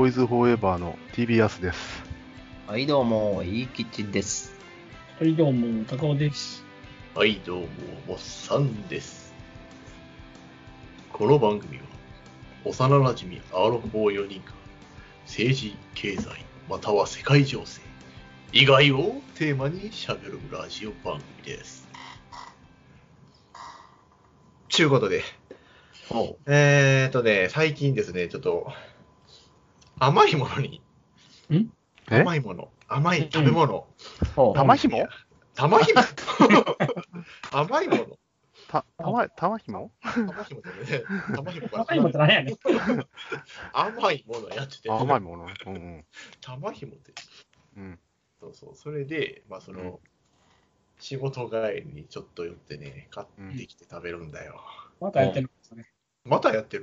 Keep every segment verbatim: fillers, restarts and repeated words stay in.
イズフォーエバーの ティービー アスです。 はい、どうも、いいきちです。 はい、どうも、高尾です。 はい、どうも、もっさんです。この番組は、幼馴染アーロンボーよにんが、政治、経済、または世界情勢、以外をテーマに喋るラジオ番組です。ちゅうことで、えーとね、最近ですね、ちょっと、甘いものに、 ん甘いもの、甘い食べ物、 玉ひも玉ひも甘いものた、たま、玉ひも玉ひもってね、玉ひもから甘いもんって何やねん。 甘いものやってて、 甘いものうんうん。 玉ひもって。 うん。 そうそう。それで、まあその、うん、仕事帰りにちょっと寄ってね、買ってきて食べるんだよ。 またやってるんですね。 またやってる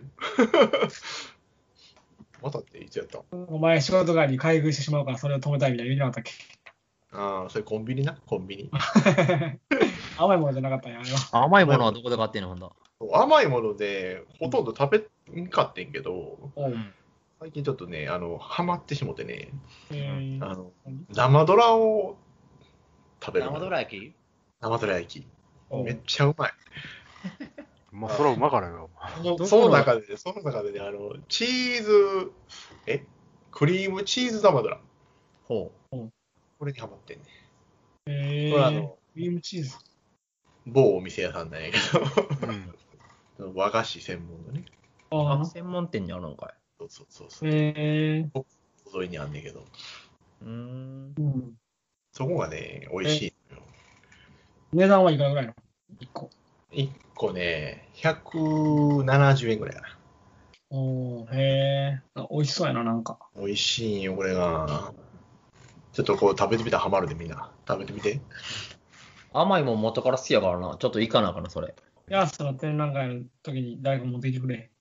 またっていつやった？ お前仕事帰りに買い食いしてしまうからそれを止めたいみたいな言うなかったっけ？ ああ、それコンビニな、コンビニ。 甘いものじゃなかったんや、あれは。 甘いものはどこで買ってんのほんだ？ 甘いもので、ほとんど食べんかってんけど、 うん、 最近ちょっとね、あの、ハマってしもてね、 えー、 あの、生ドラを食べる。 生ドラ焼き？ 生ドラ焼き。めっちゃうまい。 まあ、それはうまからよ。 その中で、その中でね、あの、チーズ、えクリームチーズ生ドラ。 ほう。 これにハマってんね。 えー、 これあの、 クリームチーズ。 某お店屋さんなんやけど、うん、和菓子専門のね。 あ、専門店にあるのかい。 そうそうそうそう。 えー、 沿いにあんねんけど。 うーん。 そこがね、美味しいのよ。 値段はいくらぐらいの ?いっ 個。 いっこね、ひゃくななじゅうえんぐらいかな。 おー、へー。美味しそうやな、なんか。 美味しいんよ、これが。ちょっとこう食べてみたらハマるで、みんな。食べてみて。 甘いもん元から好きやからな。ちょっといいかなかな、それ。 ヤースの展覧会の時に誰か持ってきてくれ。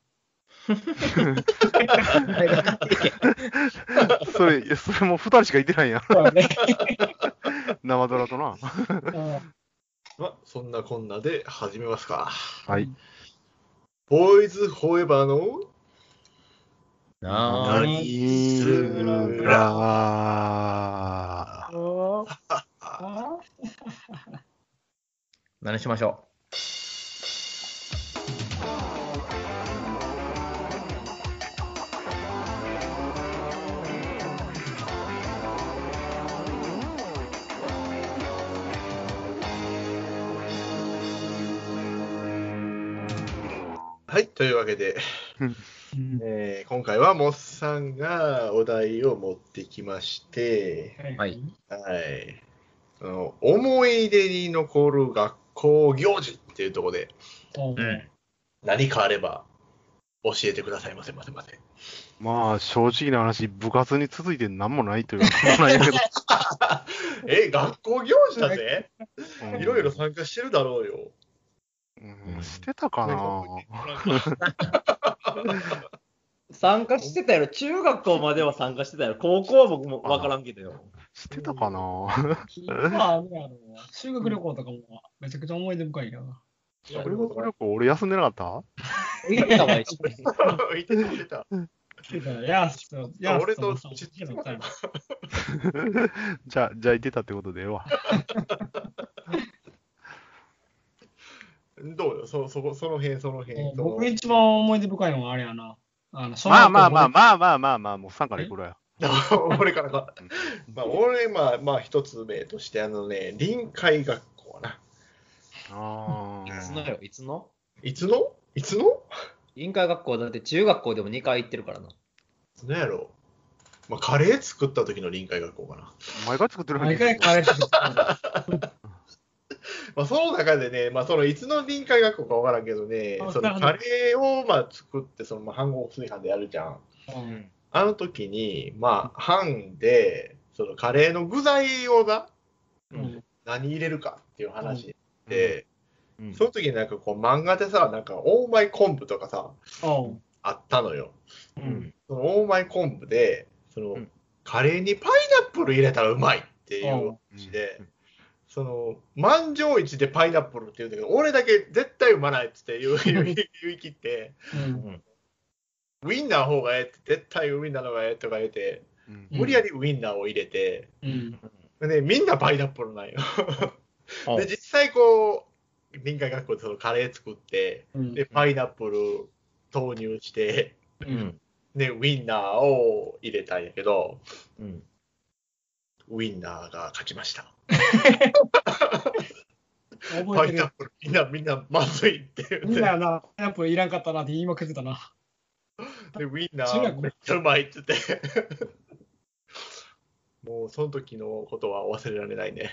それ、それもふたりしかいてないやん。 そうね、 生ドラとな。 まあ、そんなこんなで始めますか。 はい。 ボーイズフォーエバーのなーにするら何しましょはい、というわけで、えー、今回はモッさんがお題を持ってきまして、 はい。 はい。その思い出に残る学校行事っていうところで、 うん、 何かあれば教えてくださいませませませ。 まあ、正直な話、部活に続いて何もないということなんやけど。 え、学校行事だぜ、 うん、 いろいろ参加してるだろうよ。 うん、してたかな参加してたやろ。中学校までは参加してたやろ。高校は僕も分からんけどよ。 してたかなまあ、修学旅行とかもめちゃくちゃ思い出深いな。 修学旅行、俺休んでなかった行ったわ、一緒に。 行ってた、行ってた。 ヤースと、ヤース俺とと、 じゃあ、じゃあ行ってたってことでええわ。 どうよ、そ、そこ、その辺、その辺。 僕一番思い出深いのはあれやな。あのまあまあまあまあまあまあまあ、もうさんからいくらや。 俺からか。まあ、俺、まあ、まあ、一つ目として、あのね、臨海学校な。 あいつのよ、いつのいつのいつの臨海学校だって中学校でもにかい行ってるからな。 何やろう。まあ、カレー作った時の臨海学校かな。 毎回作ってる毎回カレー作ってる。 まあ、その中でね、まあ、そのいつの臨海学校かわからんけどね、そのカレーをまあ作って、そのまあ飯盒炊飯でやるじゃん。うん、あの時に、まあ、班で、そのカレーの具材をな、うん、何入れるかっていう話で、うんうん、その時になんかこう漫画でさ、なんかオーマイ昆布とかさ、うん、あったのよ。うん、そのオーマイ昆布で、その、うん、カレーにパイナップル入れたらうまいっていう話で、うんその満場一致でパイナップルって言うんだけど、俺だけ絶対生まないっつって言う言い切って、うん、 ウィンナーの方がええって、絶対ウィンナーの方がええとか言って、 うん。 無理やりウィンナーを入れて、 うん。 で、みんなパイナップルなんよ。 あで、実際こう、臨海学校でそのカレー作って、 うん。 で、パイナップル投入して、 う。 うんん。 で、ウィンナーを入れたんやけど、 うん。 ウィンナーが勝ちました。 覚えてる。 パイナップル、みんな、みんなまずいって言って。 みんなな、パイナップルいらんかったなって言いまくってたな。 で、ウィンナ中学ーめっちゃうまいって言って。もう、その時のことは忘れられないね。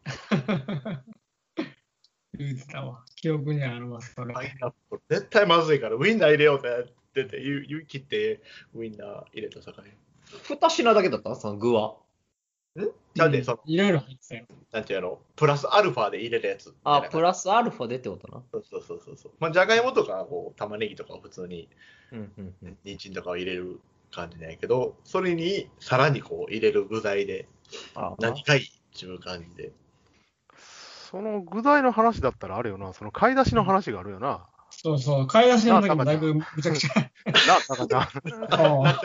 言ってたわ。記憶にあるわ、それ。 パイナップル、絶対まずいから、ウィンナー入れようって言ってて、言い言い切って、ウィンナー入れたさかい。 二品だけだったその具は。 じゃあね、その、 いろいろ入ってたよ。 なんていうの、プラスアルファで入れるやつ。 あ、 みたいなプラスアルファでってことな。 そうそうそうそうそう。まあ、じゃがいもとか、こう、玉ねぎとかを普通に、 うんうんうん。 人参とかを入れる感じなんやけど、それにさらにこう入れる具材で、 あ何がいいっていう感じで。 その具材の話だったらあるよな。その買い出しの話があるよな。 そうそう。買い出しの時もだいぶむちゃくちゃ。 な、なんかな。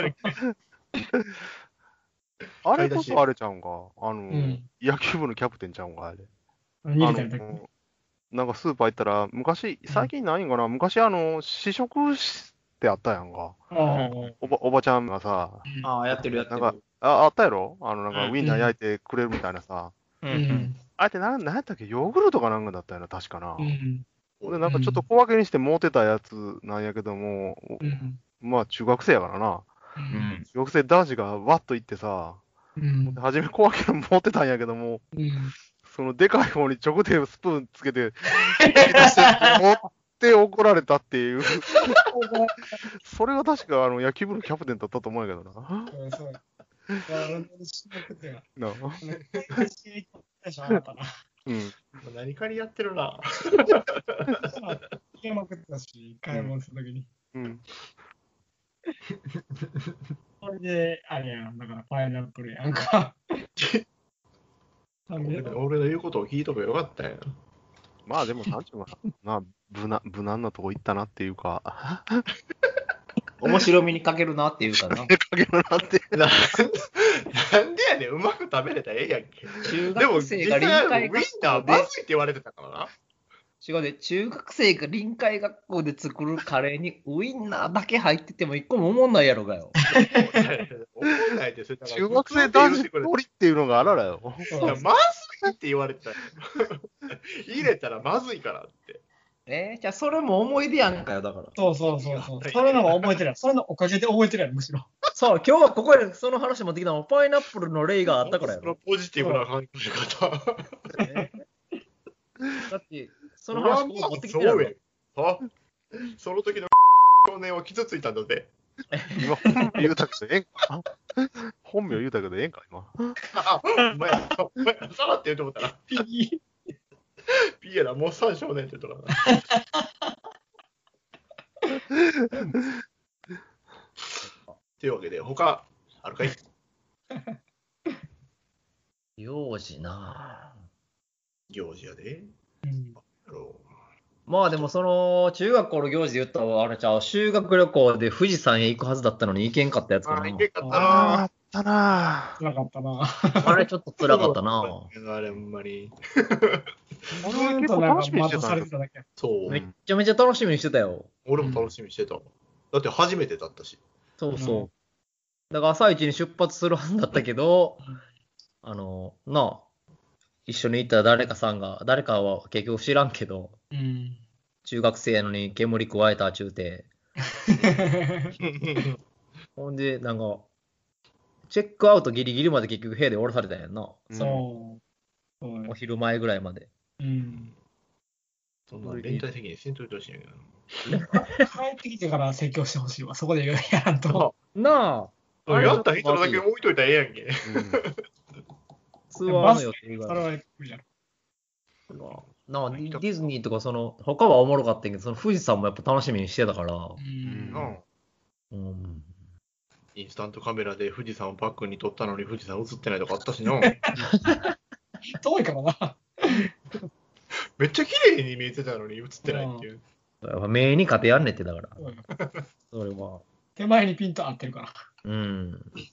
あれこそあれちゃうんか。あの、 うん。 野球部のキャプテンちゃうんか、あれ。 逃げたんだっけ。 あのなんかスーパー行ったら、昔、最近ないんかな、昔あの、試食ってあったやんか。 ああ。 おばおばちゃんがさ、 ああ、やってるやってる。 なんか、ああったやろあの、なんかうんウインナー焼いてくれるみたいなさ。 ううんん。 あれってなん、なんやったっけヨーグルトかなんかだったよな、確かな。 うん。 で、なんかちょっと小分けにして持ってたやつなんやけども、 うん。 まあ中学生やからな。 う。 うんん。 中学生男子がわっと行ってさ、 うん。 初め小分けの持ってたんやけども、 うん。 そのでかい方に直でスプーンつけて、引き出して持って怒られたっていう。それが確かあの野球部のキャプテンだったと思うんやけどな。 そうそう。あの、しまくってた。 なあしょうがなかったな。 うん。 もう何かにやってるな。 しまくってたし、買い物するときに。 うん。 それで、あれやん、だからパイナップルやんか。 俺の俺の言うことを聞いとけばよかったんや。 まあでも、なんちゅうのかな、まあ、無難、無難なとこ行ったなっていうか、 面白みに欠けるなっていうかな。 かけるなって。 ななんでやねん、うまく食べれたらええやんけ。 中でも、 学生が実際臨海ウィンナー学校で、 まずいって言われてたからな。 違うね、中学生が臨海学校で作るカレーにウインナーだけ入ってても一個も思んないやろがよ。 怒んないで、それだから中学生男子普通って言うてくれ通りっていうのがあららよ。 いやまずいって言われてたよ。入れたらまずいからって。 えー、じゃあそれも思い出やんかよ、だから。 そうそうそうそう。それのが覚えてるやん。それのおかげで覚えてるやん、むしろ。 そう、今日はここでその話持ってきたのはパイナップルの例があったからやそのろ。 ポジティブな考え方。 えーだって、その話ここ持ってきてるやろ。 そうやん。あその時の少年は傷ついたんだぜ。 今、本名言うたけどええんか本名言うたけどええんか今。 あ、お前、お前、さらって言うと思ったら、 ピーピエラ、もうさん少年って言うとかな。というわけで、他、あるかい幼児なぁ。 行事やで。 うんやろまあでもその中学校の行事で言ったらあれちゃう、修学旅行で富士山へ行くはずだったのに行けんかったやつかな。 あ、いけんかったあなあ、あったな辛かったな。 あれちょっと辛かったな。 あれ、ほんまに。 俺は結構となんか楽しみにしてたんだ待たされてただけ。 そうめっ。ちゃめちゃ楽しみにしてたよ。 俺も楽しみにしてた。だって初めてだったし。 そうそうう。だから朝一に出発するはずだったけど、あの、なあ、一緒に行った誰かさんが、誰かは結局知らんけど、 うん。 中学生やのに煙加えたちゅうて、ほんで、なんか、チェックアウトギリギリまで結局部屋で降ろされたんやんな。 うんそう。そうお昼前ぐらいまで。 うん。 そんな連帯責任せんといてほしいんやけど。 帰ってきてから説教してほしいわ。そこでやらんと。 なあ、 やった人だけ置いといたらええやんけ。 ツアーの予定が。 それは無理やろ。 なあ、ディディズニーとか、その、他はおもろかったんやけど、その富士山もやっぱ楽しみにしてたから、 うん。 うんうん。 インスタントカメラで富士山をバックに撮ったのに富士山映ってないとかあったしな。 遠いからな。 めっちゃ綺麗に見えてたのに映ってないっていう。 やっぱ目に勝てやんねってだから、 うんそれは。 手前にピント合ってるから。 うん。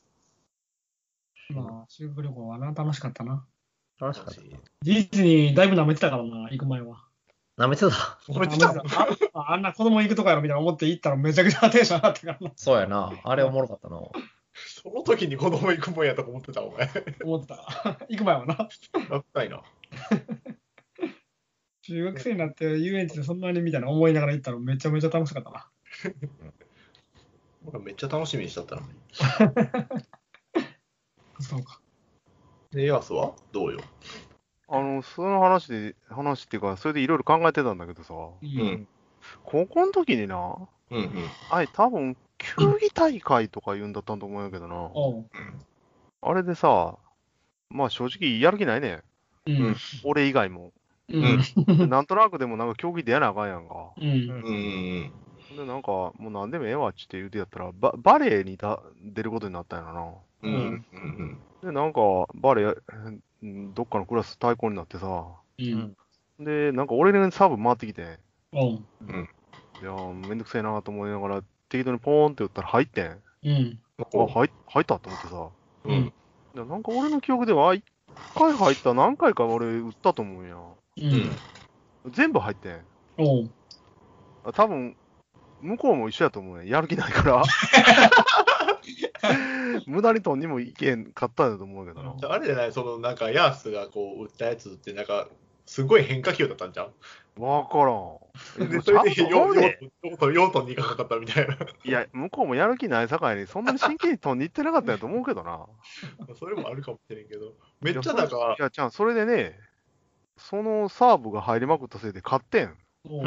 まあ、修学旅行はな、楽しかったな。 楽しかった。 ディズニーだいぶ舐めてたからな、行く前は。 舐めてた。 褒めてた舐めてたああんな子供行くとかやろみたいな思って行ったらめちゃくちゃテンション上がったからな。 そうやな。あれおもろかったな。 その時に子供行くもんやとか思ってた、お前。 思ってた。行く前はな。 楽たいな。 中学生になって遊園地でそんなにみたいな思いながら行ったらめちゃめちゃ楽しかったな。 僕はめっちゃ楽しみにしちゃったのに。 そうか。 で、ヤースはどうよ。 あの、その話で、話っていうか、それでいろいろ考えてたんだけどさ、 う。 うんん。 高校の時にな、 うんうん。 あれ多分、球技大会とか言うんだったと思うんやけどな、 おう。 あれでさ、まあ正直やる気ないねん。 うん。 俺以外も。 うん。 でなんとなくでもなんか競技出やなあかんやんか。 うん。 うんうんで、なんか、もうなんでもええわっちって言うてやったら、ババレエにだ出ることになったんやろな。 うん。うんうんで、なんか、バレエ、うんどっかのクラス対抗になってさ、 うん。 で、なんか俺にサーブ回ってきて、 おう。 いやー、めんどくせえなと思いながら、適当にポーンって打ったら入ってん。 うん。 あ、入入ったと思ってさ。 うん。うん。 でなんか俺の記憶では、一回入った、何回か俺打ったと思うんや。 うん。 全部入ってん。 おう。 あ多分、向こうも一緒やと思うね。やる気ないから。無駄にとんにもいけんかったんだと思うけどな。 あれじゃない、そのなんかヤースがこう打ったやつってなんかすごい変化球だったんじゃん。 わからん。 でそれでちゃんと思うねよんトンにかかかったみたいな。 いや、向こうもやる気ないさかいに、そんなに真剣に飛んでいってなかったんやと思うけどな。 それもあるかもしれんけど、めっちゃなんかい、や、じゃあ、それでね、そのサーブが入りまくったせいで勝ってん。 おう。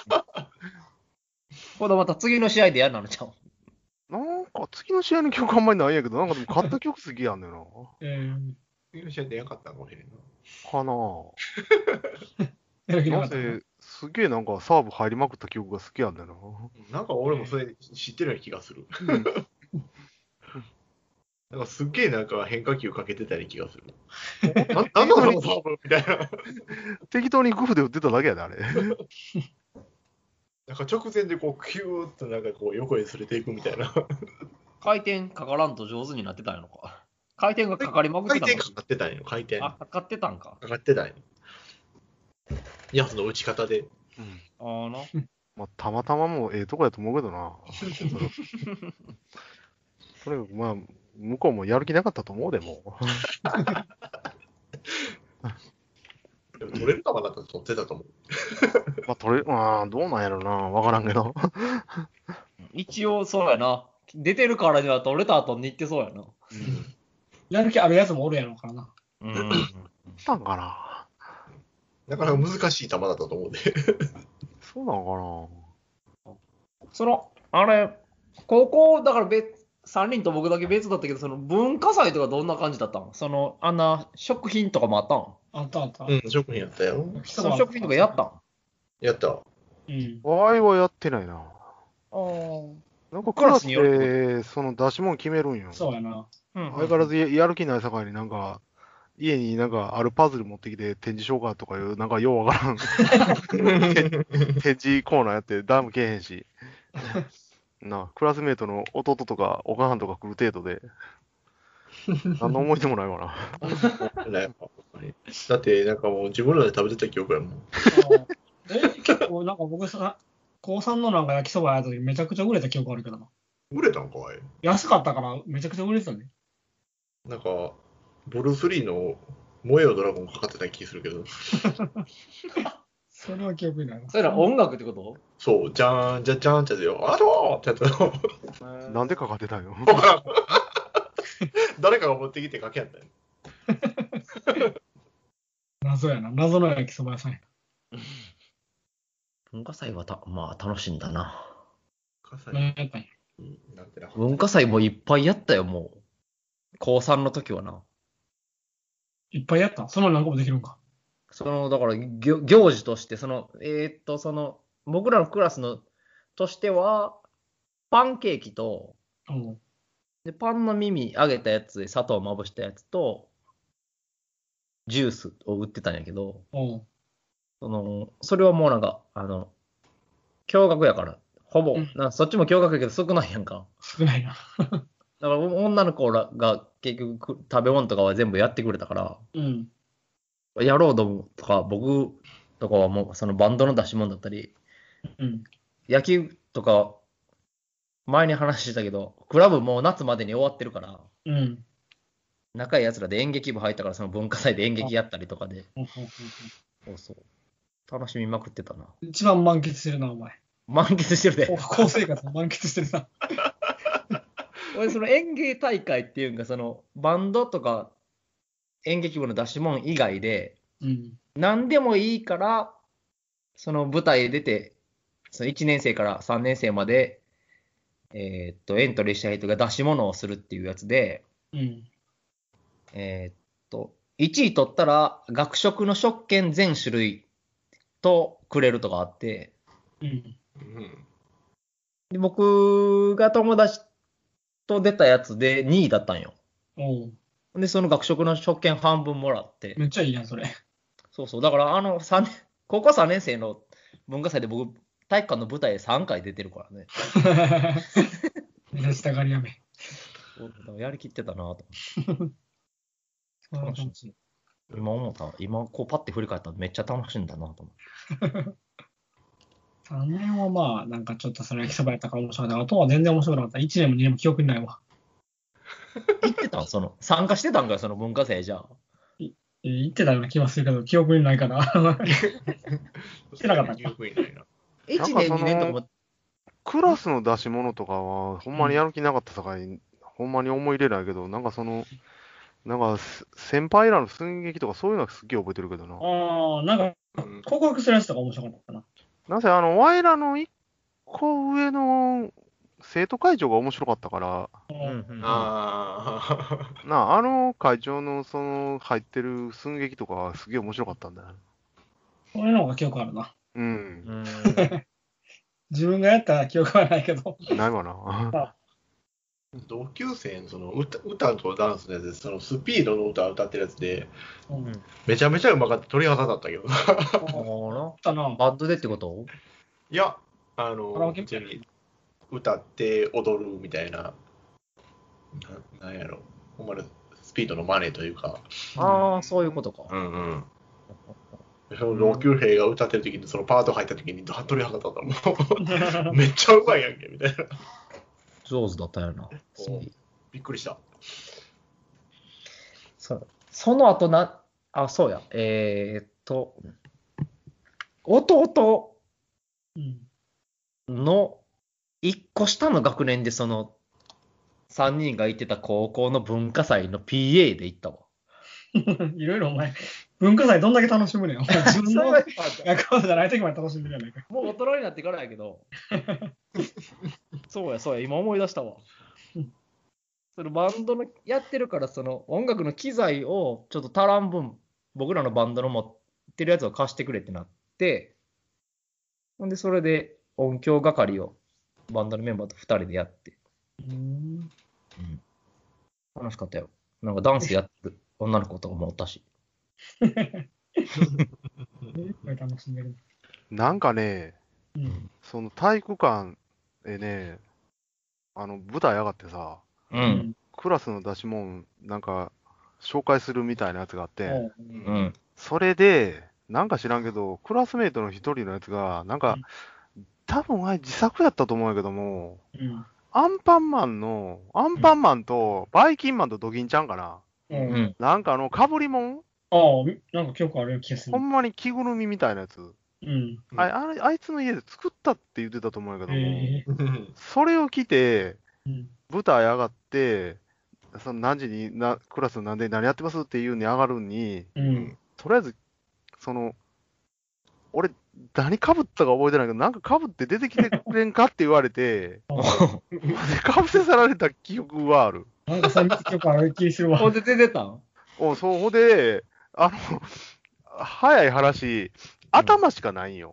これまた次の試合でやるのちゃう。 なんか、次の試合の記憶あんまりないんやけど、なんかでも勝った記憶好きやんねんな。 え次の試合出なかったのかもしれんな。 かなー。やる気なかなったな。 ぜ、すげえなんかサーブ入りまくった記憶が好きやんだよなんか俺もそれ知ってるような気がする。 な。うんなんかすっげえなんか変化球かけてたような気がする。ななんだそのサーブみたいな。 適当にグーで打ってただけやで、あれ。 なんか直前でこうキューッとなんかこう横へすれていくみたいな。 回転かからんと上手になってたんやのか。回転がかかりまくってたの回転かかってたんよ、回転。 あ、 かかかってたんか。 かってたんよ。いや、その打ち方で。 うんああな。 まあ、たまたまもうええとこやと思うけどな。とにかくまあ、向こうもやる気なかったと思うでもでも取れる球だったら取ってたと思う。 まあ、取れ、まあ、どうなんやろな。わからんけど。 一応そうやな。出てるからには取れた後に行ってそうやな。 やる気あるやつもおるやろうからな。 うん。 したんかな。 なかなか難しい球だったと思うんで。 そうなのその、あれ、高校、だから別、さんにんと僕だけ別だったけど、その文化祭とかどんな感じだったの？その、あんな食品とかもあったん？ あったあった。 うん、食品やったよ。 その食品とかやったん？ やった。 うん。 かな。わいはやってないな。 ああ。 なんかクラスクラスによで、その出し物決めるんよ。 そうやな。 うん相変わらずややる気ないさかいになんか、家になんかあるパズル持ってきて展示しようかとかいう、なんかようわからん展示コーナーやって誰もけえへんし。なあ、クラスメートの弟とかお母さんとか来る程度で、何の思い出もないわな。 ねだって、なんかもう自分らで食べてた記憶やもん。 え、結構なんか僕さ、高さんのなんか焼きそばやった時めちゃくちゃ売れた記憶あるけどな。 売れたんかい。 安かったからめちゃくちゃ売れてたね。 なんか、ブルース・リーの燃えよドラゴンかかってた気するけど。 それは記憶にないな。 それら音楽ってこと？ そう、じゃーん、じゃじゃーんってやつよ。あとーってやつよ。 なんでかかってたんよ。 誰かが持ってきてかけやったよ。 謎やな。謎の焼きそば屋さんや文化祭はた、まあ楽しんだな。 傘な。 に何やったんや。 なんてな。 文化祭もいっぱいやったよ、もう。高さんの時はな。 いっぱいやったその何個もできるんか。 その、だから、行行事として、その、えーっと、その、僕らのクラスの、としては、パンケーキと、 うん。 で、パンの耳揚げたやつで砂糖まぶしたやつと、ジュースを売ってたんやけど、 うん。 その、それはもうなんか、あの、驚愕やから、 ほぼ、 うんなそっちも驚愕やけど少ないやんか。 少ないな。 だから女の子らが結局食べ物とかは全部やってくれたから、 うん。 やろうととか僕とかはもうそのバンドの出し物だったり、 うん。 野球とか前に話したけど、クラブもう夏までに終わってるから、 うん。 仲いい奴らで演劇部入ったからその文化祭で演劇やったりとかで、 うんうんそうそう。楽しみまくってたな。 一番満喫してるな、お前。 満喫してるで。 高校生活を満喫してるな。 俺その演芸大会っていうか、そのバンドとか演劇部の出し物以外で、 うん。 何でもいいから、その舞台出て、そのいちねん生からさんねん生まで、えーっと、エントリーした人が出し物をするっていうやつで、 うん。 えーっと、いちい取ったら、学食の食券全種類とくれるとかあって、 うん。 うん。 で僕が友達と出たやつでにいだったんよ。 おう。 で、その学食の食券半分もらって、 めっちゃいいやん、それ。 そうそう、だからあのさんねん、高校さんねん生の文化祭で僕、体育館の舞台でさんかい出てるからね。 目立ちたがりやめ。 そうだからやりきってたなとそういう感じ。 今思った。今こうパッて振り返ったらめっちゃ楽しいんだなと思って。 さんねんはまあ、なんかちょっとその焼きそばやったから面白かった。あとは全然面白くなかった。いちねんもにねんも記憶にないわ。 行ってたんその、参加してたんかよ、その文化祭じゃあ。 え言ってたような気はするけど、記憶にないから。してなかった記憶にないな。 いちねん、にねんとかも、 クラスの出し物とかは、ほんまにやる気なかったさかい、ほんまに思い入れないけど、なんかその、なんかす先輩らの寸劇とかそういうのはすっげえ覚えてるけどな。 ああ、なんか、 うん告白するやつとか面白かったな。 なぜあの、ワイらの一個上の生徒会長が面白かったから、 うんうんうんああ。 なあ、あの会長のその入ってる寸劇とかはすげえ面白かったんだよ。 そういうのが記憶あるな。 うん。 うん自分がやった記憶はないけど。 ないわな。 同級生のその歌歌とダンスのやつで、そのスピードの歌を歌ってるやつで、 うん。 めちゃめちゃうまかった鳥肌だったけどな。 あーだな。 なバンドでってこといや、あカラの、 オケ普通に歌って踊るみたいな、ななんやろ、ほんまにスピードのマネというか、 ああ、そういうことか。 うんうん。その同級生が歌ってる時に、そのパート入った時に、鳥肌立ったもん。めっちゃうまいやんけ、みたいな。 上手だったよな。 そうびっくりした。 そその後な、あ、そうや。えーっと、弟うん。 の一個下の学年でそのさんにんが行ってた高校の文化祭の ピーエー で行ったわ。 いろいろお前、文化祭どんだけ楽しむねん。お前自分のそれは学校じゃない時まで楽しんでるやないか。 もう大人になってからやけど。そうや、そうや、今思い出したわ。そのバンドのやってるから、その音楽の機材をちょっと足らん分、僕らのバンドの持ってるやつを貸してくれってなって、ほんで、それで音響係をバンドのメンバーとふたりでやって、 うん。 楽しかったよ。なんかダンスやってる女の子とかもおったし。 これ楽しんでる。 なんかね、 うん。 その体育館でね、あの舞台上がってさ、 うん。 クラスの出し物なんか紹介するみたいなやつがあって、 ううん。 それで、なんか知らんけど、クラスメイトの一人のやつが、なんか、多分あれ自作やったと思うんやけども、 ん。 アンパンマンの、アンパンマンとバイキンマンとドキンちゃんかな。 う。 うんん。 なんかあの、かぶりもん、 ああ、なんか記憶ある気がする。 ほんまに着ぐるみみたいなやつ。 うん。 うんあれあれあいつの家で作ったって言ってたと思うんやけども、 ええ。 それを着て、 うん。 舞台上がって、その何時にな、クラスなんで何やってますっていうに上がるんに、 うん。 とりあえず、その、俺、何かぶったか覚えてないけど、なんかかぶって出てきてくれんかって言われて、かぶせさられた記憶はある。 なんかそういう記憶ある気するわ。 ほんで出てたんおそう、ほんで、あの、早い話、頭しかないんよ。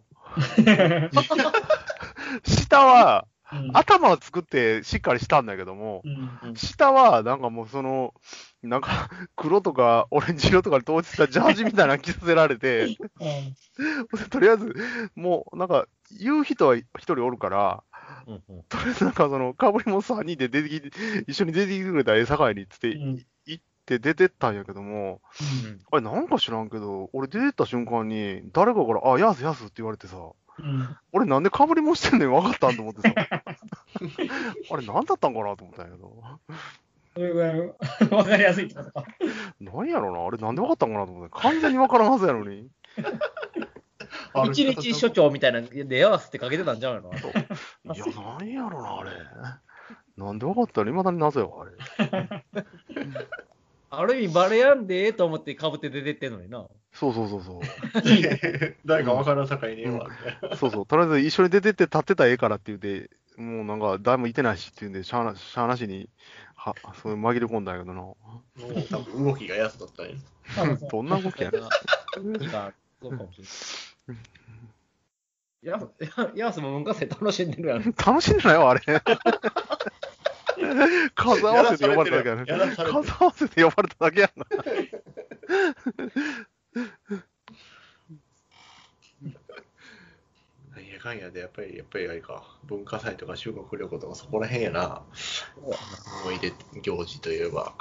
下は、頭は作ってしっかりしたんだけども、 うん。 下はなんかもうその、なんか黒とかオレンジ色とかで統一したジャージみたいなの着させられて、 うん。 とりあえず、もうなんか言う人は一人おるから、 うんうんとりあえずなんかその、かぶりもさんにんで出てきて、一緒に出てきてくれた絵境にっつって、 うん行って出てったんやけども、 うんあれなんか知らんけど、俺出てった瞬間に、誰かから、あ、やすやすって言われてさ、 うん。 俺なんでかぶりもしてんのに分かったんと思ってさ、あれなんだったんかなと思ったんやけど、 それぐらいわかりやすいってことか。 なんやろな、あれなんで分かったんかなと思って、完全に分からんはずやのに。 一日所長みたいなでやわすってかけてたんじゃないの？ いや、なんやろな、あれ。なんで分かったのいまだに謎よ、あれ。 ある意味バレやんでええと思ってかぶって出てってんのにな。 そうそうそうそう。 誰か分からんさかいねえわ、みたいな。 そうそう。とりあえず一緒に出てって立ってたらええからって言うて、もうなんか誰もいてないしって言うんで、しゃあなしゃあなしに、は、そういう紛れ込んだんやけどな。 もう多分動きが安だったんや。 多分そうどんな動きやねん。 何かそうかもしれない。やややすも文化祭楽しんでるやん。 楽しんでないわ、あれ。数合わせて呼ばれただけやね。 やらされてる数合わせて呼ばれただけやんな。 なんやかんやで、やっぱり、やっぱりあれか、文化祭とか修学旅行とかそこら辺やな。思い出行事といえば。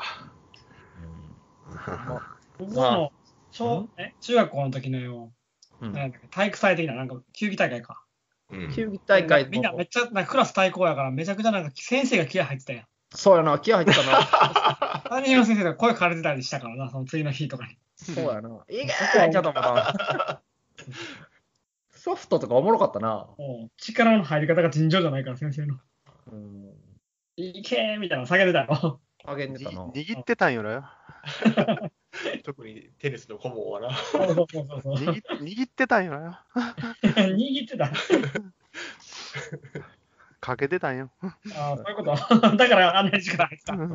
僕の小え中学校の時のよ、 うんなんだっけ体育祭的な、なんか球技大会か。 うん球技大会みんなめっちゃ、なんかクラス対抗やから、めちゃくちゃなんか先生が気合入ってたやん。 そうやな、気合入ってたな。 担任の先生が声枯れてたりしたからな、その次の日とかに。 そうやな。いけーちょっともうな。ソフトとかおもろかったな。 もう力の入り方が尋常じゃないから、先生の。 うん。 いけーみたいなの叫んでたよ。 あげんでたな。 握ってたんよな。 特にテニスの顧問はな。 そうそうそうそう。 握握ってたんよな。 握ってた。 かけてたんよ。 ああ、そういうこと。だからあんなに力入ってた。もうん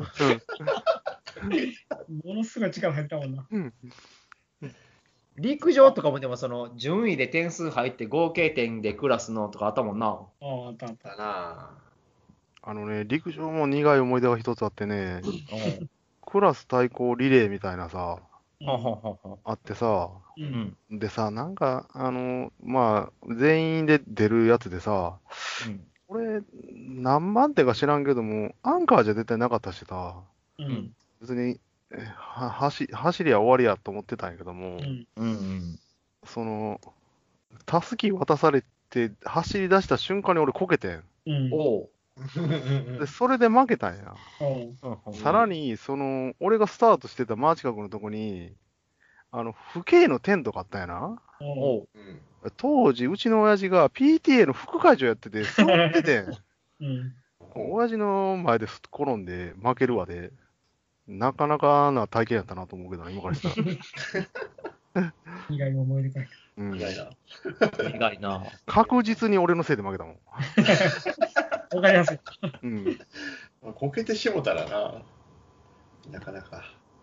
のすごい力入ってたもんな。 うん陸上とかもでもその順位で点数入って合計点でクラスのとかあったもんな。 ああ、あったあった。 だなあのね、陸上も苦い思い出が一つあってね、 うんクラス対抗リレーみたいなさ、 ほんほんほんほんあってさ、 う。 うんんでさ、なんか、あの、まあ、全員で出るやつでさ、 うん俺、何番手か知らんけども、アンカーじゃ絶対なかったしさ、 うん。 別に、えは走走りは終わりやと思ってたんやけども、 うん。 うんうんその、たすき渡されて、走り出した瞬間に俺こけてん。 うん。 おうで、それで負けたんや。 おううんうんさらに、その、俺がスタートしてたマー近くのとこに、あの、父兄のテントがあったんやな。 おうおううん当時、うちの親父が ピーティーエー の副会長やってて、座っててん。 うん。 親父の前ですっ転んで負けるわで、なかなかな体験やったなと思うけどな、今からしたら。 苦い思い出かい。 うん意外な。 意外な。 確実に俺のせいで負けたもん。 わかりやすい。 うん。 まあこけてしもたらな。なかなか。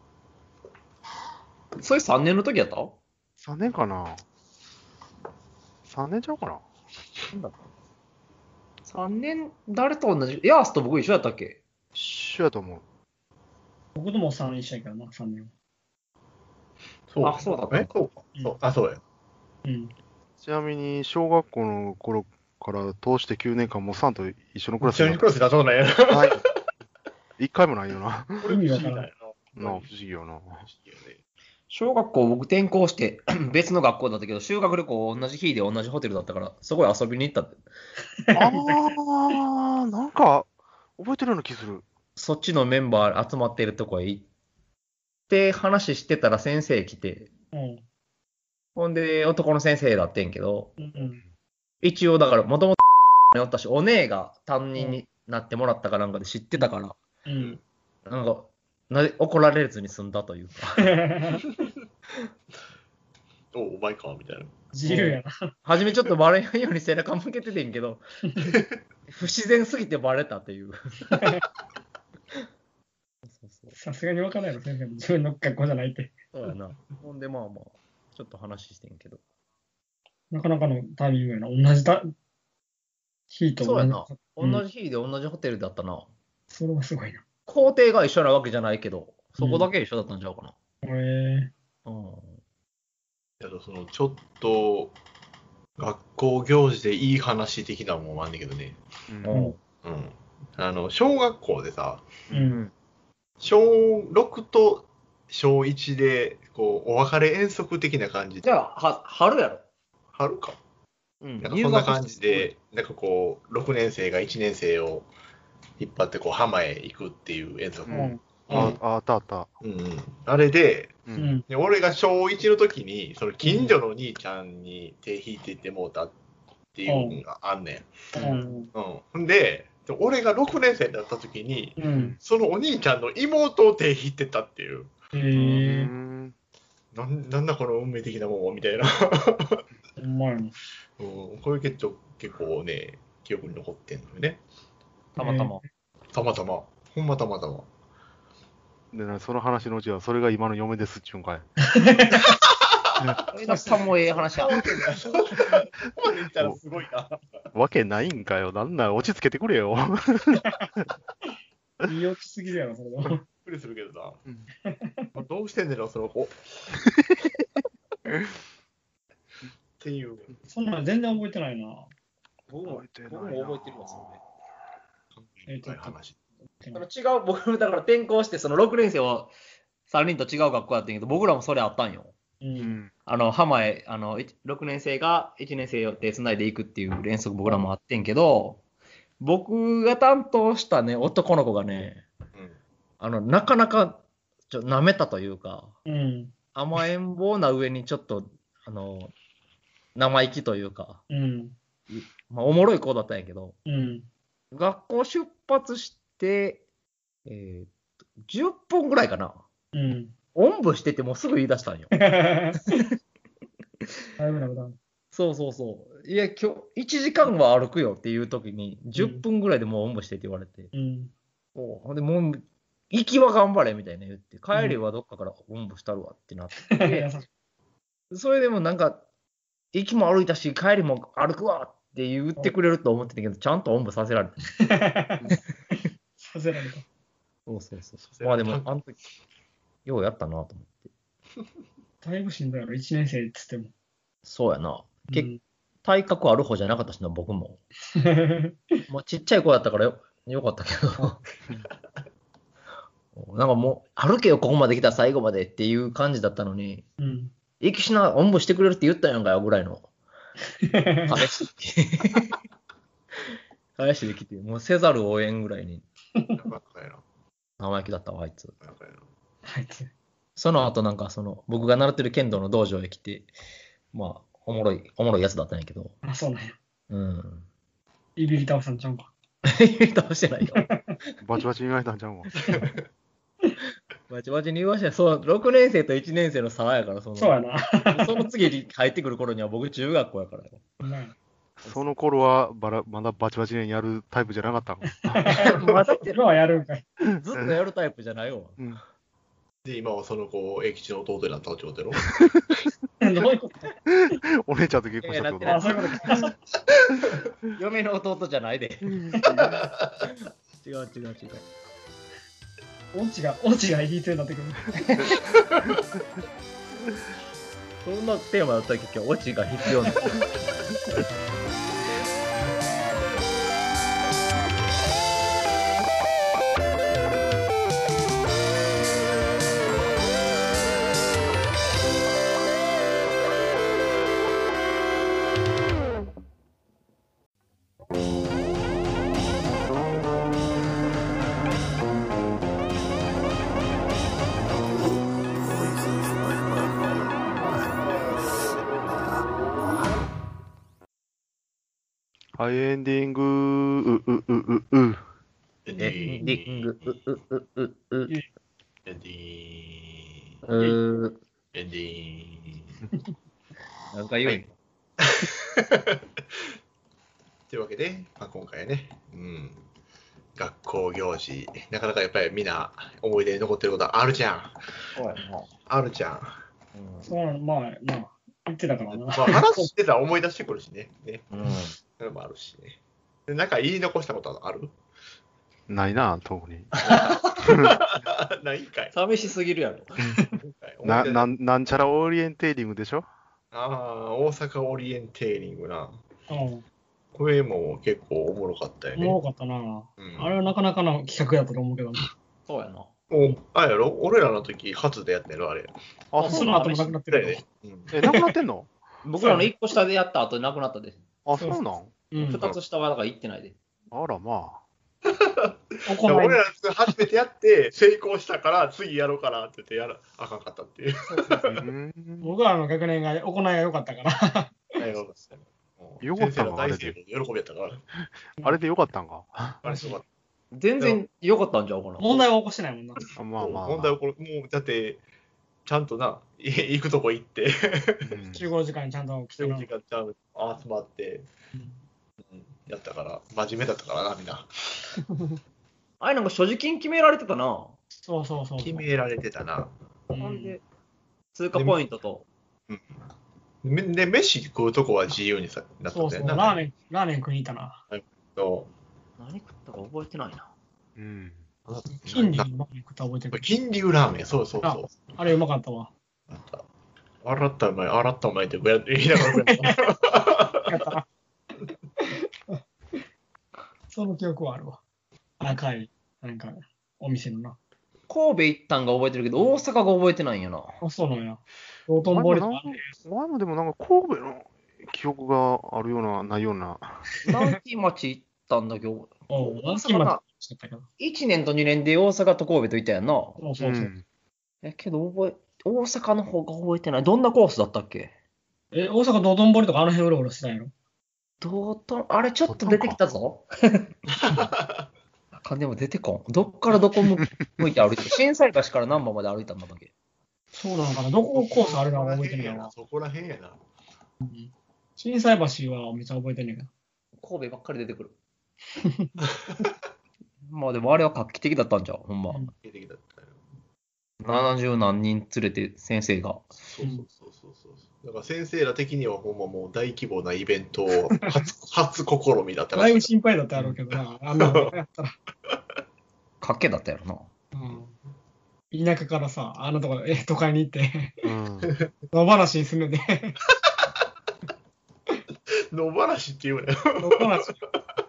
それさんねんの時やったさんねんかな ?さん 年ちゃうかななんだった ?さん 年、誰と同じヤースと僕一緒やったっけ？ 一緒やと思う。 僕ともさん一緒やけどな、さんねんは。 そうあそうだったえそうか。そうあ、そうや。 うん。 ちなみに、小学校の頃から通してきゅうねんかんもさんと一緒のクラスになっ一緒にクラスだそうなんやな。 た。はい。一回もないよな。 意味わからん。 なあ、不思議よな。 小学校僕転校して別の学校だったけど、修学旅行同じ日で同じホテルだったから、そこへ遊びに行ったって。 あー、なんか、覚えてるような気する。 そっちのメンバー集まってるとこへ行って話してたら先生来て、 うん。 ほんで男の先生だってんけど、 うん。 一応だからもともとおったし、お姉が担任になってもらったかなんかで知ってたから、 うん。 なんかな怒られずに済んだというか。 おお前かみたいな。 自由やな。 初めちょっとバレないように背中向けててんけど、不自然すぎてバレたっていう。そうそうさすがにわからないの、先生も自分の学校じゃないって。 そうやな。ほんでまあまあ、ちょっと話してんけど。 なかなかのタイミングやな。同じた日と同じ。 そうやな。 うん同じ日で同じホテルだったな。 それはすごいな。 工程が一緒なわけじゃないけど、そこだけ一緒だったんちゃうかへえな。うん。 けどそのちょっと学校行事でいい話的なもんもあんねんけどね。 うんうん。 うん。あの、小学校でさ、 う。 うんん。 小ろくと小いちで、こう、お別れ遠足的な感じで、 じゃあ、は、春やろ。 春か。 うんなんかそんな感じで、なんかこう、ろくねん生がいちねん生を引っ張ってこう浜へ行くっていう遠足。 ううんん。 あああったあった。 うんうん、あれでう。 うんん。 で、俺が小いちの時に、その近所の兄ちゃんに手引いてってもうたっていうのがあんねん。 うん。 うん。ほんで、で俺がろくねん生になった時に、 うん。 そのお兄ちゃんの妹を手引いてたっていう。 へうえ。 ん。 なんなんだこの運命的なもんはみたいな。 ほんまやな。 うん、これ結構結構ね、記憶に残ってんのよね。 たまたま。 たまたま。ほんまたまたま。 でな、その話のうちは、それが今の嫁ですっちゅうんかい。 えなさんもええ話や。 そこまで言ったらすごいな。 わけないんかよ。なんなら落ち着けてくれよ。 言い落ちすぎるやろ、それは。 びっくりするけどな。 うんどうしてんねんな、その子。っていう。 そんなん全然覚えてないな。 僕も覚えてないな僕も覚えてるわ、それ。 えっと話。 その違う、僕もだから転校して、そのろくねん生はさんにんと違う学校やってんけど、僕らもそれあったんよ。 う。 うんん。 あの、浜へ、あの、いちろくねん生がいちねん生を手つないでいくっていう連続僕らもあってんけど、僕が担当したね、男の子がね、 うん。 あの、なかなか、ちょ、舐めたというか、 うん。 甘えん坊な上にちょっと、あの、生意気というか、 うん。 まあ、おもろい子だったんやけど、 うん。 学校出発して、えーっと、じゅっぷんぐらいかな。 うん。 おんぶしててもうすぐ言い出したんよ。 だいぶなことある。 そうそうそう。いや、今日、いちじかんは歩くよっていう時に、じゅっぷんぐらいでもうおんぶしてって言われて、 うん。 おほんで、もう、行きは頑張れみたいな言って、帰りはどっかからおんぶしたるわってなって、 優しい。 それでもなんか、行きも歩いたし、帰りも歩くわって言ってくれると思ってたけど、ちゃんとおんぶさせられて。 させられた。 そうそうそう。 せられたまあでも、あの時、ようやったなと思って。 だいぶしんどいやろ、いちねん生っつっても。 そうやな。けうん体格ある方じゃなかったしな、僕も。もうちっちゃい子だったからよよかったけど。なんかもう、歩けよ、ここまで来た最後までっていう感じだったのに、 うん。 息しな、おんぶしてくれるって言ったやんかよ、ぐらいの。返し、返しできて、もうせざるを得んぐらいになかったやな。 生意気だったわ、あいつ。 なかったやな。 あいつ。 その後なんか、その、僕が習ってる剣道の道場へ来て、まあ、おもろい、おもろいやつだったんやけど、 あ、そうなんや。 うん。 いびり倒したんちゃうか。 倒してないよ。 バチバチに言われたんちゃうわ。 バチバチに言わして、そう、ろくねん生といちねん生の差やから、その、 そうやな。 その次に入ってくる頃には僕中学校やからよ。 ほんまやその頃はバラまだバチバチにやるタイプじゃなかったの。 まだ今はやるんかい。 ずっとやるタイプじゃないわ。 うん。 で、今はその子、永吉の弟になったってことやろ。 どういうことお姉ちゃんと結婚したってこといやあ、そういうことか。 嫁の弟じゃないで。違う違う違う違う。 オチが、オチが必要になってくる。 そんなテーマだったら結局オチが必要なの。 はい、エンディング、う、う、う、う、う。 エンエンディング、う、う、う、う、う、 エンディーン。 うー、 エンディーン。 なんか言うん。 というわけで、まあ、今回はね、うん、学校行事、なかなかやっぱりみんな思い出に残ってることあるじゃん。 そうやな。 あるじゃん。 そうなの、まあ、まあ、言ってたからな。 まあ、話してたら思い出してくるしね。ね。 うん。 それもあるしね。でなんか言い残したことあるないな、特に。 ないんかい。 寂しすぎるやろ。 な、ななん、なんちゃらオリエンテーリングでしょ？ ああ、大阪オリエンテーリングな。 うん。 これも結構おもろかったよね。 おもろかったな。 うんあれはなかなかの企画やったと思うけどね。 そうやな。 おあれやろ俺らの時初でやってんのあれ。 あ、 そそうの後もなくなってるよ。 うんえ、なくなってんの僕らのいっこ下でやった後なくなったで。 あ、そうなんうん。 ふたつ下はだから行ってないで。 あら、ま行い俺ら初めてやって成功したから次やろうかなって言ってやらあかんかったっていう。 あ。うーん。 僕らの学年が行いが良かったから。 よかったの先生の大成功で喜びやったから。 あれでよかったんか。 あれすごかっ全然良かったんちゃうかな。 問題は起こしてないもんな。 あまあまあ、まあ。 問題をこれ、もうだって、ちゃんとな、い行くとこ行って、 うん集合時間にちゃんと来てる集合時間ちゃんと集まって、うんやったから、真面目だったからな、みんな。 あれなんか所持金決められてたな。 そうそうそう。 決められてたな。 うんほんで、通過ポイントと。 めで、飯食うとこは自由にさなったそうそう。 んだよな。 ラーメン、ラーメン食いに行ったな。 そ何食ったか覚えてないな。 うん。 う金龍なのラーメン食った覚えてる。 金龍ラーメン、そうそうそう。 あれうまかったわ。 あった洗ったうまい、洗ったうまいって言いながら食えた。 やったな。その記憶はあるわ。赤い、なんか、お店のな。 神戸行ったんが覚えてるけど、大阪が覚えてないんよな。 あ、そうなんや。道頓堀とかあるね。 前もでもなんか神戸の記憶があるような、ないような。 南紀町行ったんだけど、 おう、 大大阪ま阪な、 でったけど。 いちねんとにねんで大阪と神戸と行ったやんな。 そうそうそう。 ん。 えけど覚え、大阪の方が覚えてない。どんなコースだったっけ？ え、大阪道頓堀とかあの辺うろうろしてたんやろ？ どうと、あれちょっと出てきたぞ。あかんでも出てこん。どっからどこ向向いて歩いてる。心斎橋から難波まで歩いたんだっけ？ そうなのかな。どこコースあるのは覚えてないわ。 そこらへんやな。 心斎橋はめっちゃ覚えてんねんけど。 神戸ばっかり出てくる。まあでもあれは画期的だったんじゃん、ほんま。 うん出てきたったよななじゅう何人連れて先生が。 そうそうそうそうそう。だから先生ら的にはほんまもう大規模なイベントを初初試みだったらだいぶしい。 心配だったやろうけどな。あんなのやったら。 賭けだったやろな。 うん。田舎からさ、あのとこ、え、都会に行って、 うん。 野放しにするんで、 野放しっていうね。 野放し。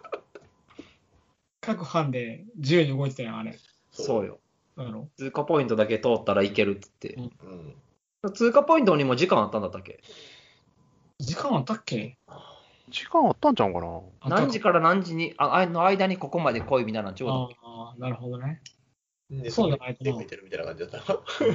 各班で自由に動いてたやん、あれ。 そうよ。 そうやろ。 通過ポイントだけ通ったらいけるっつって。 うん。 通過ポイントにも時間あったんだったっけ？ 時間あったっけ？ 時間あったんちゃうかな。 あった何時から何時に、あ、あの間にここまで来いみたいなのちょうど。 ああ、なるほどね。 でそうじゃないとな見てるみたいな感じだった。 あ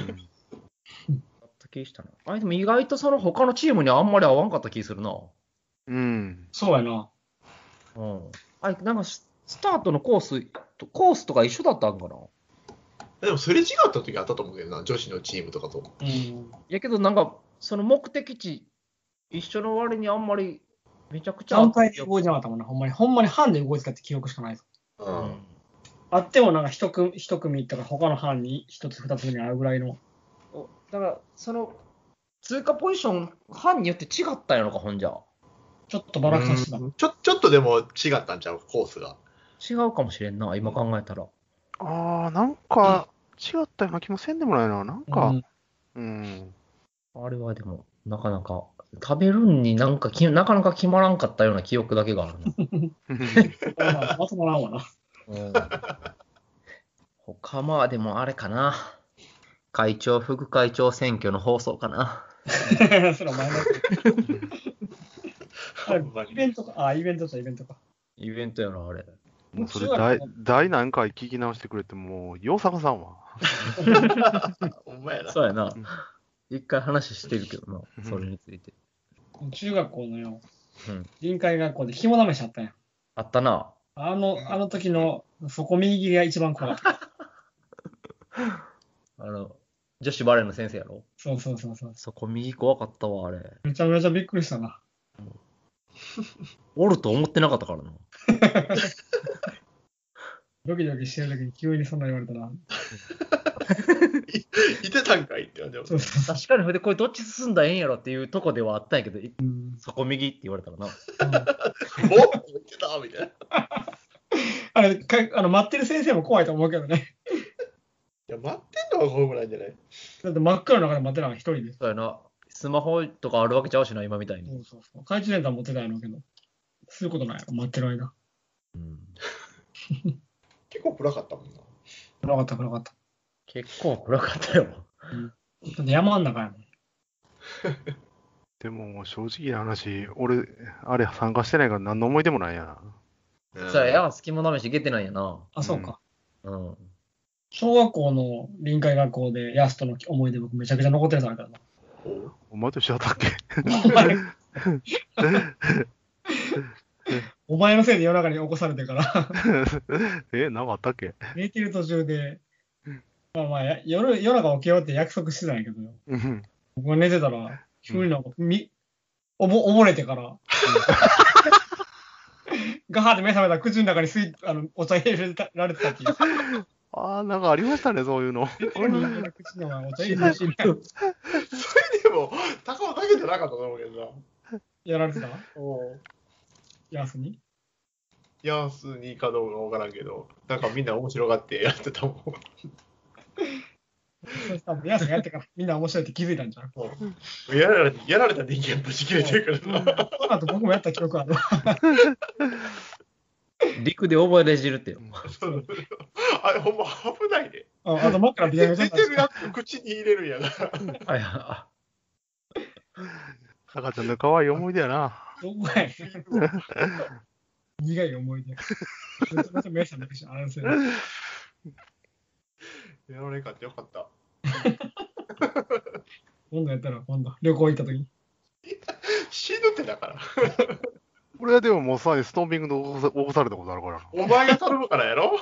った気したな。あれでも意外とその他のチームにあんまり合わんかった気するな。 うん。 そうやな。 うん。あれ、なんかススタートのコースと、コースとか一緒だったんかな。 でもすれ違った時あったと思うけどな、女子のチームとかと。 うん。 いやけどなんか、その目的地一緒の割にあんまりめちゃくちゃ団体で動いてなかったもんな、ほんまに。ほんまに班で動いてたって記憶しかないぞ。 う。 うんん。 あってもなんか一組、一組とか他の班に一つ二つに会うぐらいの。 おだから、その、通過ポジション、班によって違ったんやろか、ほんじゃ。 ちょっとばらかしてた。 うんちょちょっとでも違ったんちゃう、コースが。 違うかもしれんな、今考えたら。 ああ、なんか違ったような気もせんでもないな。なんか、 うんうん。 あれはでも、なかなか、食べるんになんかき、なかなか決まらんかったような記憶だけがあるな。 まあ、まとまらんわな。 うん他まあでもあれかな。会長、副会長選挙の放送かな。 それお前の。あれイベントか。あ、イベントだ、イベントか。 イベントやな、あれ。 もうそれ大、大何回聞き直してくれても、よう探さんわ。 ほんまやな。 そうやなうん。 一回話してるけどな、それについて。 中学校のよ、 うん。 臨海学校で肝試しあったんや。 あったな。 あの、あの時の、そこ右が一番怖かった。 あの、女子バレーの先生やろ。 そうそうそうそう。 そこ右怖かったわ、あれ。 めちゃめちゃびっくりしたな。 おると思ってなかったからな。 ドキドキしてる時に急にそんな言われたら。 いてたんかいって言われてそうそう確かに、ほんで、これどっち進んだらええんやろっていうとこではあったんやけど、いうんそこ右って言われたらな。 おいてたみたいな。いあれかあの、待ってる先生も怖いと思うけどね。 や、待ってんのが怖くないんじゃない？ だって真っ暗の中で待ってるのが一人で。 そうやな。 スマホとかあるわけちゃうしな、今みたいに。 そうそうそう。懐中電灯持ってたんやろうけど、そういうことないやろ、待ってる間。 うん、 結構暗かったもんな。 暗かった、暗かった。 結構暗かったよ。 だって山ん中やもん。 でも、正直な話、俺、あれ参加してないから何の思い出もないやな。 さあ、や、隙間試し行けてないんやな。 あ、そうか。 うん。 小学校の臨海学校でヤスとの思い出僕めちゃくちゃ残ってるやつあるからな。 お前と一緒だったっけお前お前のせいで夜中に起こされてからえ、なんかあったっけ寝てる途中で、まあまあや夜、夜中起きようって約束してたんやけどよ。 うん僕が寝てたら、急になんか、み、おぼ、溺れてから、ガハって目覚めたら口の中に水、あの、お茶入れられてたっていう。 ああ、なんかありましたね、そういうの。 人間の口の中にお茶入れられてそれでも、高尾だけじゃなかったと思うけどな。 やられてたおヤスにヤスにかどうかわからんけど、なんかみんな面白がってやってたもん。 そしたらヤスがやってからみんな面白いって気づいたんじゃん。 やられやられた人間ぶち切れてるからな。 その後僕もやった記憶ある。 陸で覚えれじるってよ。 そうあれ、ほんま危ないで。 ああと枕ビタミン出てるやつ口に入れるんやから。 はいは赤ちゃんの可愛い思い出やな。 どこやねん苦い思い出。めちゃめちゃ目覚めてしあれせやられんかってよかった。 今度やったら今度旅行行った時に。 死ぬってだから。 俺はでももうさにストーミングで起こさ起こされたことあるからな。 お前が頼むからやろ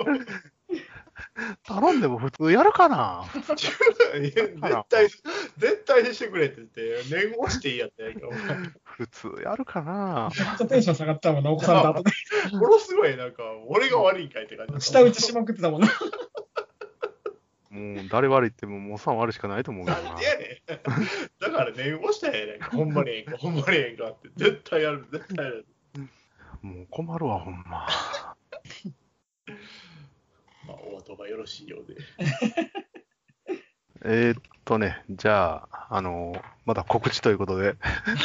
頼んでも普通やるかな。 いや絶対、絶対にしてくれって言って、念押していいやったやんけ、お前。 普通やるかな。 めちゃくちゃテンション下がったもんな、起こされた後で。 ものすごい、なんか、俺が悪いんかいって感じ。 舌打ちしまくってたもんな。 もう誰悪いってももうさん悪いしかないと思うけどななんで。やねん。だから念押したやねんか。ほんまにええんか、ほんまにええんかって。絶対やる、絶対やる。 もう困るわ、ほんま。 まあ、お後がよろしいようで。 えーっとね、じゃあ、あの、まだ告知ということで、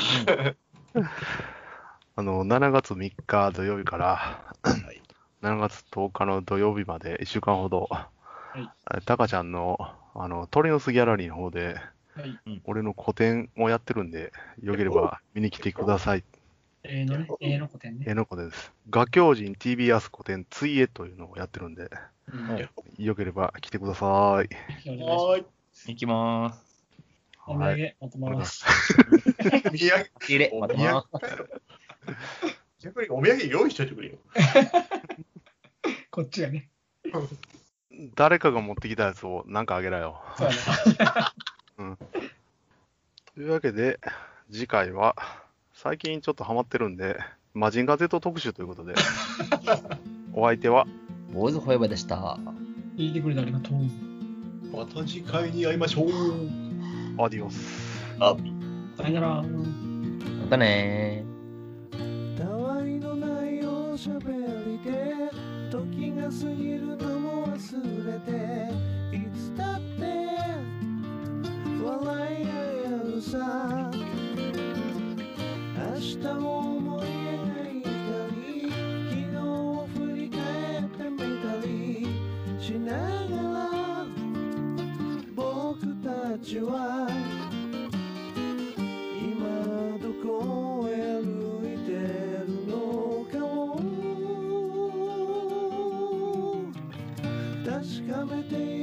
あの、しちがつみっか土曜日から、しちがつとおかの土曜日までいっしゅうかんほど、 はいタカちゃんの、あの、鳥の巣ギャラリーの方で、 はい。 俺の個展をやってるんで、よければ見に来てください。 ええのね、ええの古典ね。 えのこです。画狂人 ティービーエス 古典ついえというのをやってるんで、 うんよければ来てください。 お願いしますはーい。 い。行きまーす。 お土産持ってもらいます。 土産、 入れ、 お待土産ってまかよ。逆にお土産用意しといてくれよ。 こっちがね。 誰かが持ってきたやつをなんかあげらよ。 そうやね。 というわけで、次回は、最近ちょっとハマってるんで、マジンガー Z 特集ということで、お相手は、 す。ボーイズフォーエバーでした。 聞いてくれてありがとう。 また次回に会いましょう。 アディオス。 さよなら。 またねー。 たわいのないおしゃべりで時が過ぎるのも忘れていつだって笑い合えるさ明日を思い描いたり昨日を振り返ってみたりしながら僕たちは今どこへ歩いてるのかを確かめて